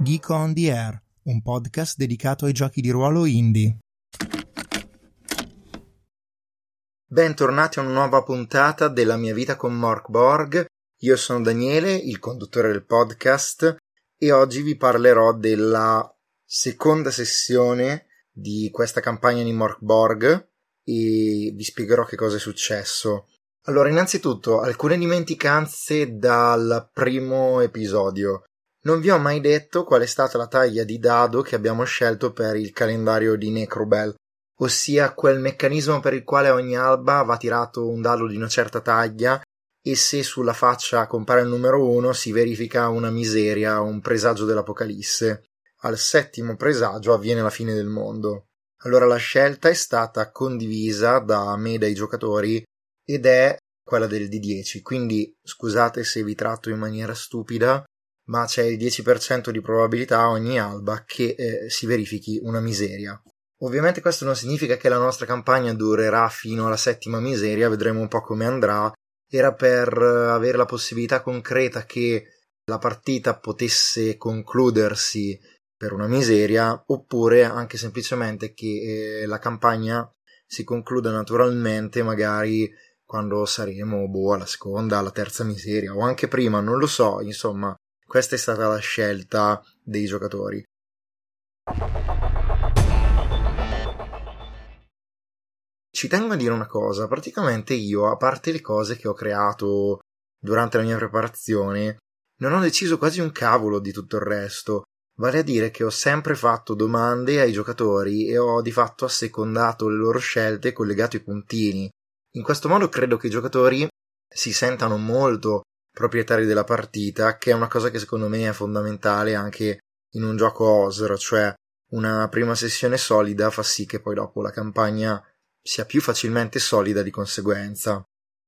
Geek on the Air, un podcast dedicato ai giochi di ruolo indie. Bentornati a una nuova puntata della mia vita con Mork Borg. Io sono Daniele, il conduttore del podcast, e oggi vi parlerò della seconda sessione di questa campagna di Mork Borg e vi spiegherò che cosa è successo. Allora, innanzitutto, alcune dimenticanze dal primo episodio. Non vi ho mai detto qual è stata la taglia di dado che abbiamo scelto per il calendario di Necrobell, ossia quel meccanismo per il quale ogni alba va tirato un dado di una certa taglia e se sulla faccia compare il numero 1 si verifica una miseria, un presagio dell'apocalisse. Al settimo presagio avviene la fine del mondo. Allora la scelta è stata condivisa da me e dai giocatori ed è quella del D10, quindi scusate se vi tratto in maniera stupida, ma c'è il 10% di probabilità ogni alba che si verifichi una miseria. Ovviamente questo non significa che la nostra campagna durerà fino alla settima miseria, vedremo un po' come andrà. Era per avere la possibilità concreta che la partita potesse concludersi per una miseria, oppure anche semplicemente che la campagna si concluda naturalmente, magari quando saremo alla seconda, alla terza miseria, o anche prima, non lo so, insomma. Questa è stata la scelta dei giocatori. Ci tengo a dire una cosa, praticamente io, a parte le cose che ho creato durante la mia preparazione, non ho deciso quasi un cavolo di tutto il resto, vale a dire che ho sempre fatto domande ai giocatori e ho di fatto assecondato le loro scelte collegato ai puntini. In questo modo credo che i giocatori si sentano molto proprietari della partita, che è una cosa che secondo me è fondamentale anche in un gioco OSR, cioè una prima sessione solida fa sì che poi dopo la campagna sia più facilmente solida di conseguenza.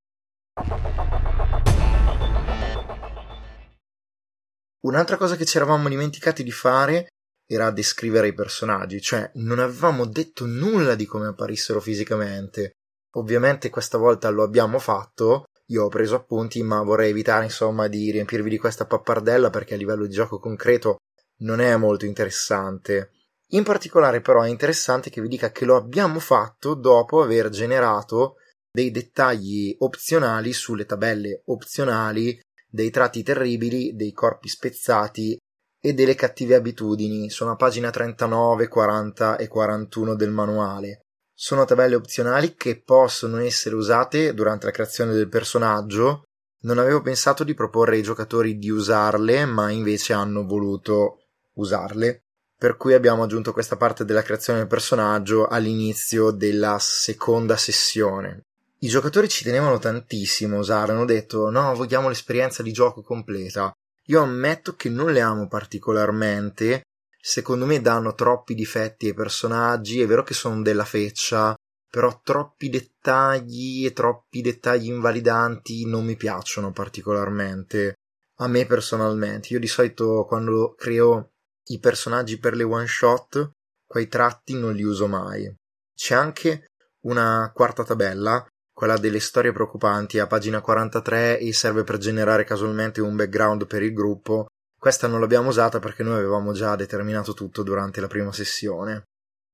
Un'altra cosa che ci eravamo dimenticati di fare era descrivere i personaggi, cioè non avevamo detto nulla di come apparissero fisicamente. Ovviamente questa volta lo abbiamo fatto. Io ho preso appunti, ma vorrei evitare insomma di riempirvi di questa pappardella perché a livello di gioco concreto non è molto interessante. In particolare però è interessante che vi dica che lo abbiamo fatto dopo aver generato dei dettagli opzionali sulle tabelle opzionali, dei tratti terribili, dei corpi spezzati e delle cattive abitudini. Sono a pagina 39, 40 e 41 del manuale. Sono tabelle opzionali che possono essere usate durante la creazione del personaggio. Non avevo pensato di proporre ai giocatori di usarle, ma invece hanno voluto usarle, per cui abbiamo aggiunto questa parte della creazione del personaggio all'inizio della seconda sessione. I giocatori ci tenevano tantissimo a usarle, hanno detto no, vogliamo l'esperienza di gioco completa. Io ammetto che non le amo particolarmente. Secondo me danno troppi difetti ai personaggi, è vero che sono della feccia, però troppi dettagli e troppi dettagli invalidanti non mi piacciono particolarmente, a me personalmente. Io di solito quando creo i personaggi per le one shot, quei tratti non li uso mai. C'è anche una quarta tabella, quella delle storie preoccupanti, a pagina 43 e serve per generare casualmente un background per il gruppo. Questa non l'abbiamo usata perché noi avevamo già determinato tutto durante la prima sessione.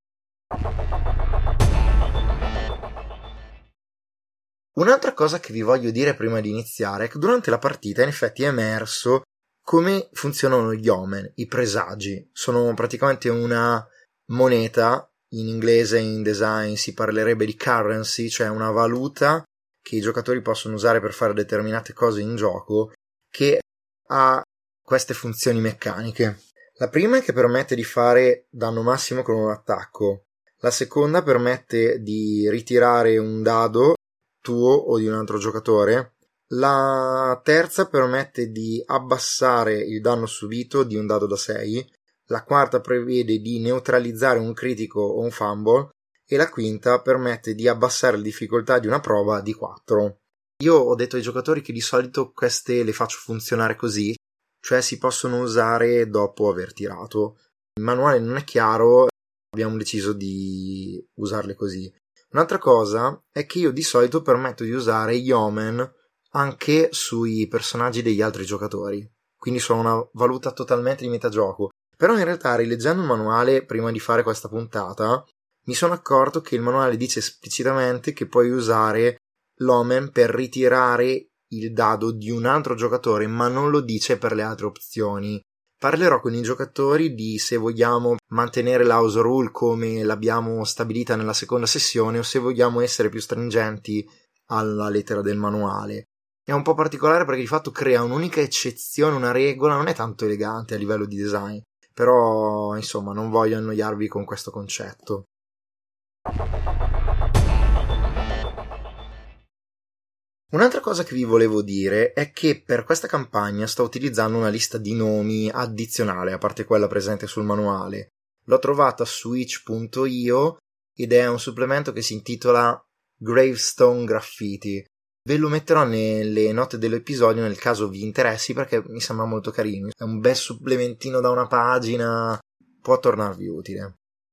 Un'altra cosa che vi voglio dire prima di iniziare è che durante la partita in effetti è emerso come funzionano gli omen, i presagi. Sono praticamente una moneta, in inglese e in design si parlerebbe di currency, cioè una valuta che i giocatori possono usare per fare determinate cose in gioco, che ha queste funzioni meccaniche. La prima è che permette di fare danno massimo con un attacco. La seconda permette di ritirare un dado tuo o di un altro giocatore. La terza permette di abbassare il danno subito di un dado da 6. La quarta prevede di neutralizzare un critico o un fumble. E la quinta permette di abbassare la difficoltà di una prova di 4. Io ho detto ai giocatori che di solito queste le faccio funzionare così, cioè si possono usare dopo aver tirato. Il manuale non è chiaro, abbiamo deciso di usarle così. Un'altra cosa è che io di solito permetto di usare gli omen anche sui personaggi degli altri giocatori, quindi sono una valuta totalmente di metagioco. Però in realtà, rileggendo il manuale prima di fare questa puntata, mi sono accorto che il manuale dice esplicitamente che puoi usare l'omen per ritirare il dado di un altro giocatore, ma non lo dice per le altre opzioni. Parlerò con i giocatori di se vogliamo mantenere la house rule come l'abbiamo stabilita nella seconda sessione o se vogliamo essere più stringenti alla lettera del manuale. È un po' particolare perché di fatto crea un'unica eccezione, una regola, non è tanto elegante a livello di design, però insomma non voglio annoiarvi con questo concetto. Un'altra cosa che vi volevo dire è che per questa campagna sto utilizzando una lista di nomi addizionale, a parte quella presente sul manuale. L'ho trovata su itch.io ed è un supplemento che si intitola Gravestone Graffiti. Ve lo metterò nelle note dell'episodio nel caso vi interessi perché mi sembra molto carino. È un bel supplementino da una pagina, può tornarvi utile.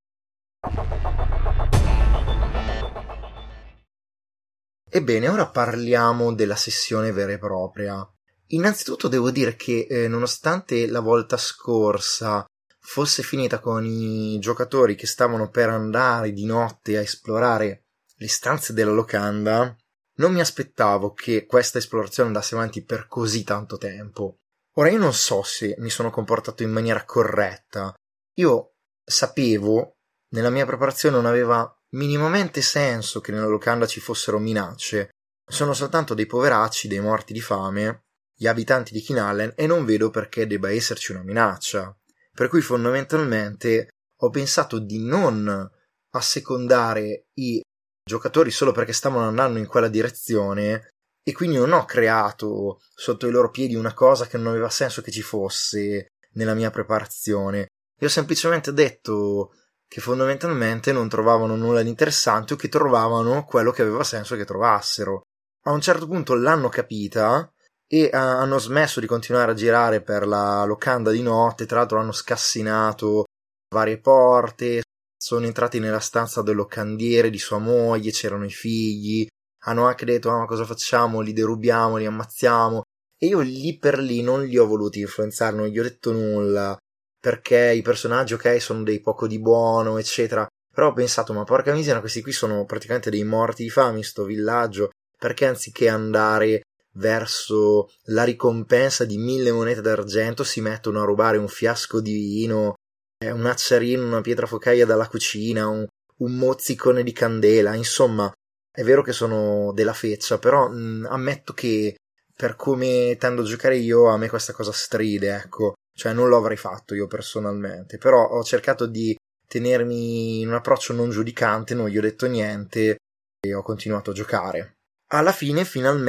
Ebbene, ora parliamo della sessione vera e propria. Innanzitutto devo dire che nonostante la volta scorsa fosse finita con i giocatori che stavano per andare di notte a esplorare le stanze della locanda, non mi aspettavo che questa esplorazione andasse avanti per così tanto tempo. Ora io non so se mi sono comportato in maniera corretta. Io sapevo, nella mia preparazione non aveva minimamente senso che nella locanda ci fossero minacce. Sono soltanto dei poveracci, dei morti di fame, gli abitanti di Kinallen, e non vedo perché debba esserci una minaccia. Per cui fondamentalmente ho pensato di non assecondare i giocatori solo perché stavano andando in quella direzione e quindi non ho creato sotto i loro piedi una cosa che non aveva senso che ci fosse nella mia preparazione. Io ho semplicemente detto che fondamentalmente non trovavano nulla di interessante o che trovavano quello che aveva senso che trovassero. A un certo punto l'hanno capita e hanno smesso di continuare a girare per la locanda di notte. Tra l'altro hanno scassinato varie porte, sono entrati nella stanza del locandiere di sua moglie, c'erano i figli, hanno anche detto ma cosa facciamo, li derubiamo, li ammazziamo, e io lì per lì non li ho voluti influenzare, non gli ho detto nulla, perché i personaggi ok sono dei poco di buono eccetera, però ho pensato ma porca miseria, questi qui sono praticamente dei morti di fame in sto villaggio, perché anziché andare verso la ricompensa di 1000 monete d'argento si mettono a rubare un fiasco di vino, un acciarino, una pietra focaia dalla cucina, un mozzicone di candela. Insomma, è vero che sono della feccia, però ammetto che per come tendo a giocare io, a me questa cosa stride, ecco. Cioè non lo avrei fatto io personalmente, però ho cercato di tenermi in un approccio non giudicante, non gli ho detto niente e ho continuato a giocare. Alla fine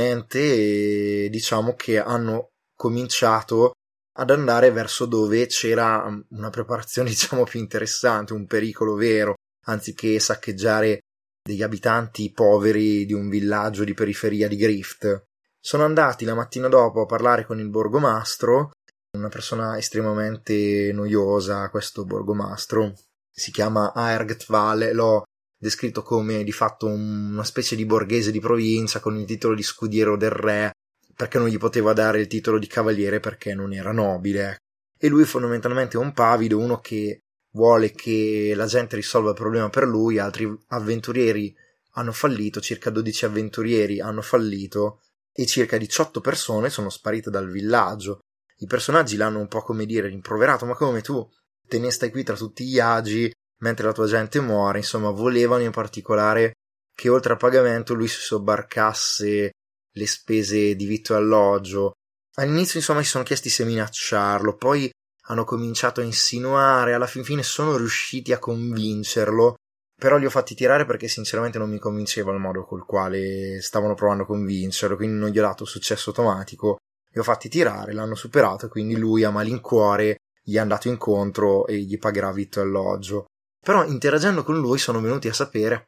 finalmente diciamo che hanno cominciato ad andare verso dove c'era una preparazione diciamo più interessante, un pericolo vero, anziché saccheggiare degli abitanti poveri di un villaggio di periferia di Grift. Sono andati la mattina dopo a parlare con il borgomastro, una persona estremamente noiosa, questo borgomastro, si chiama Aergtval, l'ho descritto come di fatto una specie di borghese di provincia con il titolo di scudiero del re, perché non gli poteva dare il titolo di cavaliere perché non era nobile. E lui fondamentalmente è un pavido, uno che vuole che la gente risolva il problema per lui. Altri avventurieri hanno fallito, circa 12 avventurieri hanno fallito e circa 18 persone sono sparite dal villaggio. I personaggi l'hanno un po' come dire rimproverato, ma come tu te ne stai qui tra tutti gli agi mentre la tua gente muore. Insomma, volevano in particolare che oltre a pagamento lui si sobbarcasse le spese di vitto e alloggio. All'inizio insomma si sono chiesti se minacciarlo, poi hanno cominciato a insinuare, alla fin fine sono riusciti a convincerlo, però li ho fatti tirare perché sinceramente non mi convinceva il modo col quale stavano provando a convincerlo, quindi non gli ho dato successo automatico, li ho fatti tirare, l'hanno superato e quindi lui a malincuore gli è andato incontro e gli pagherà vitto e alloggio. Però interagendo con lui sono venuti a sapere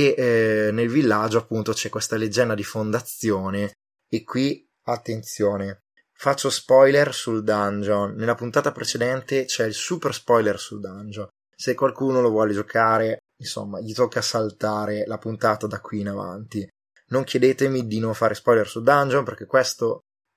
che nel villaggio appunto c'è questa leggenda di fondazione e qui attenzione, faccio spoiler sul dungeon. Nella puntata precedente c'è il super spoiler sul dungeon, se qualcuno lo vuole giocare insomma gli tocca saltare la puntata da qui in avanti. Non chiedetemi di non fare spoiler sul dungeon perché questo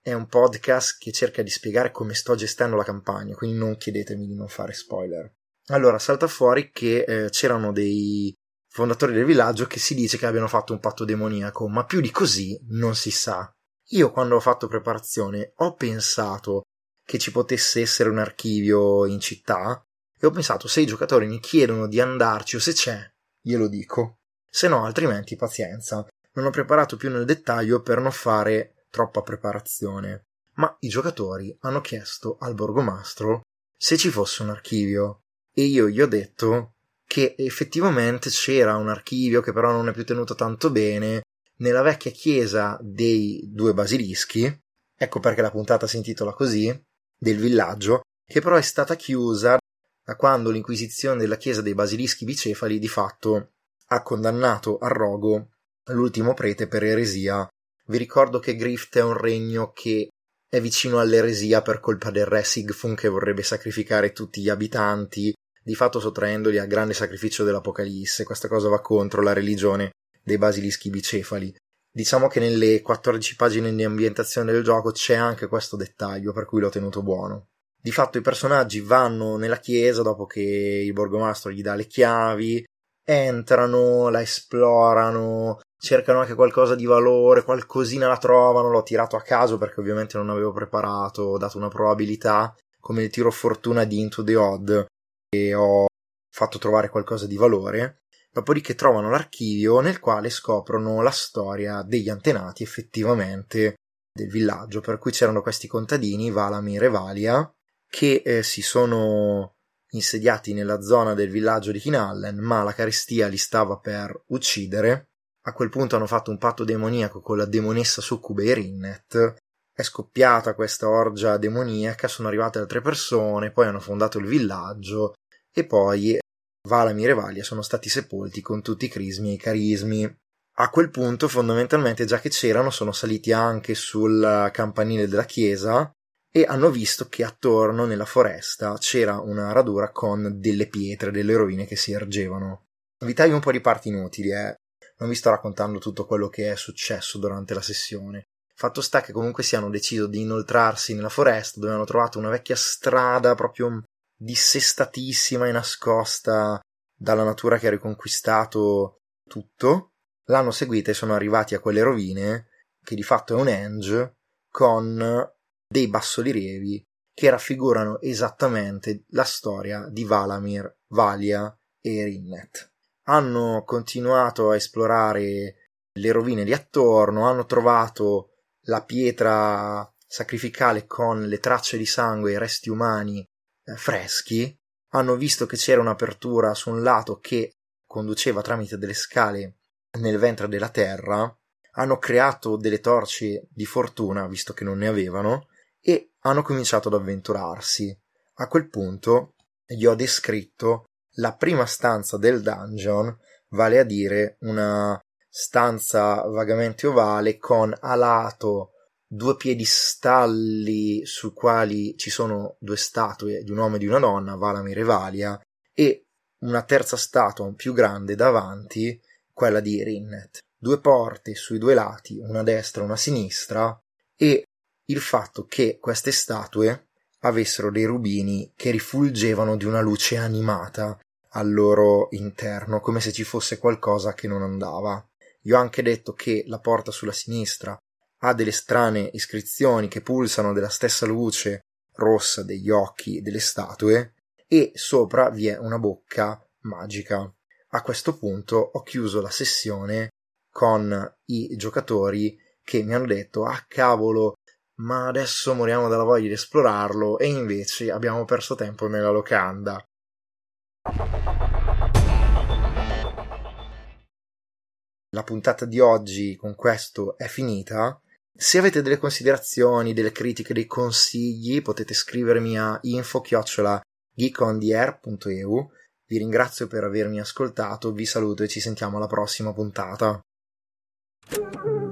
è un podcast che cerca di spiegare come sto gestendo la campagna, quindi non chiedetemi di non fare spoiler. Allora, salta fuori che c'erano dei fondatori del villaggio che si dice che abbiano fatto un patto demoniaco, ma più di così non si sa. Io quando ho fatto preparazione ho pensato che ci potesse essere un archivio in città e ho pensato, se i giocatori mi chiedono di andarci o se c'è, glielo dico, se no altrimenti pazienza. Non ho preparato più nel dettaglio per non fare troppa preparazione, ma i giocatori hanno chiesto al borgomastro se ci fosse un archivio e io gli ho detto che effettivamente c'era un archivio che però non è più tenuto tanto bene nella vecchia chiesa dei due basilischi, ecco perché la puntata si intitola così, del villaggio, che però è stata chiusa da quando l'Inquisizione della chiesa dei basilischi bicefali di fatto ha condannato al rogo l'ultimo prete per eresia. Vi ricordo che Grift è un regno che è vicino all'eresia per colpa del re Sigfund che vorrebbe sacrificare tutti gli abitanti, di fatto sottraendoli al grande sacrificio dell'Apocalisse. Questa cosa va contro la religione dei basilischi bicefali. Diciamo che nelle 14 pagine di ambientazione del gioco c'è anche questo dettaglio, per cui l'ho tenuto buono. Di fatto i personaggi vanno nella chiesa dopo che il borgomastro gli dà le chiavi, entrano, la esplorano, cercano anche qualcosa di valore, qualcosina la trovano, l'ho tirato a caso perché ovviamente non avevo preparato, ho dato una probabilità, come il tiro fortuna di Into the Odd, e ho fatto trovare qualcosa di valore. Dopodiché trovano l'archivio nel quale scoprono la storia degli antenati effettivamente del villaggio, per cui c'erano questi contadini, Valamir e Valia, che si sono insediati nella zona del villaggio di Kinallen, ma la carestia li stava per uccidere. A quel punto hanno fatto un patto demoniaco con la demonessa succube Erinnet, è scoppiata questa orgia demoniaca, sono arrivate altre persone, poi hanno fondato il villaggio e poi Valamir e Valia sono stati sepolti con tutti i crismi e i carismi. A quel punto, fondamentalmente, già che c'erano, sono saliti anche sul campanile della chiesa e hanno visto che attorno nella foresta c'era una radura con delle pietre, delle rovine che si ergevano. Vi taglio un po' di parti inutili, non vi sto raccontando tutto quello che è successo durante la sessione. Fatto sta che comunque si hanno deciso di inoltrarsi nella foresta, dove hanno trovato una vecchia strada proprio dissestatissima e nascosta dalla natura che ha riconquistato tutto. L'hanno seguita e sono arrivati a quelle rovine, che di fatto è un henge, con dei bassorilievi che raffigurano esattamente la storia di Valamir, Valia e Erinnet. Hanno continuato a esplorare le rovine di attorno, hanno trovato la pietra sacrificale con le tracce di sangue e i resti umani freschi, hanno visto che c'era un'apertura su un lato che conduceva tramite delle scale nel ventre della terra, hanno creato delle torce di fortuna, visto che non ne avevano, e hanno cominciato ad avventurarsi. A quel punto gli ho descritto la prima stanza del dungeon, vale a dire una stanza vagamente ovale con a lato 2 piedistalli sui quali ci sono 2 statue di un uomo e di una donna, Valamir e Valia, e una terza statua più grande davanti, quella di Erinnet. 2 porte sui 2 lati, una a destra e una a sinistra, e il fatto che queste statue avessero dei rubini che rifulgevano di una luce animata al loro interno, come se ci fosse qualcosa che non andava. Gli ho anche detto che la porta sulla sinistra ha delle strane iscrizioni che pulsano della stessa luce rossa degli occhi delle statue e sopra vi è una bocca magica. A questo punto ho chiuso la sessione con i giocatori che mi hanno detto «Ah cavolo, ma adesso moriamo dalla voglia di esplorarlo» e invece abbiamo perso tempo nella locanda. La puntata di oggi con questo è finita. Se avete delle considerazioni, delle critiche, dei consigli, potete scrivermi a info@geekontheair.eu. Vi ringrazio per avermi ascoltato, vi saluto e ci sentiamo alla prossima puntata.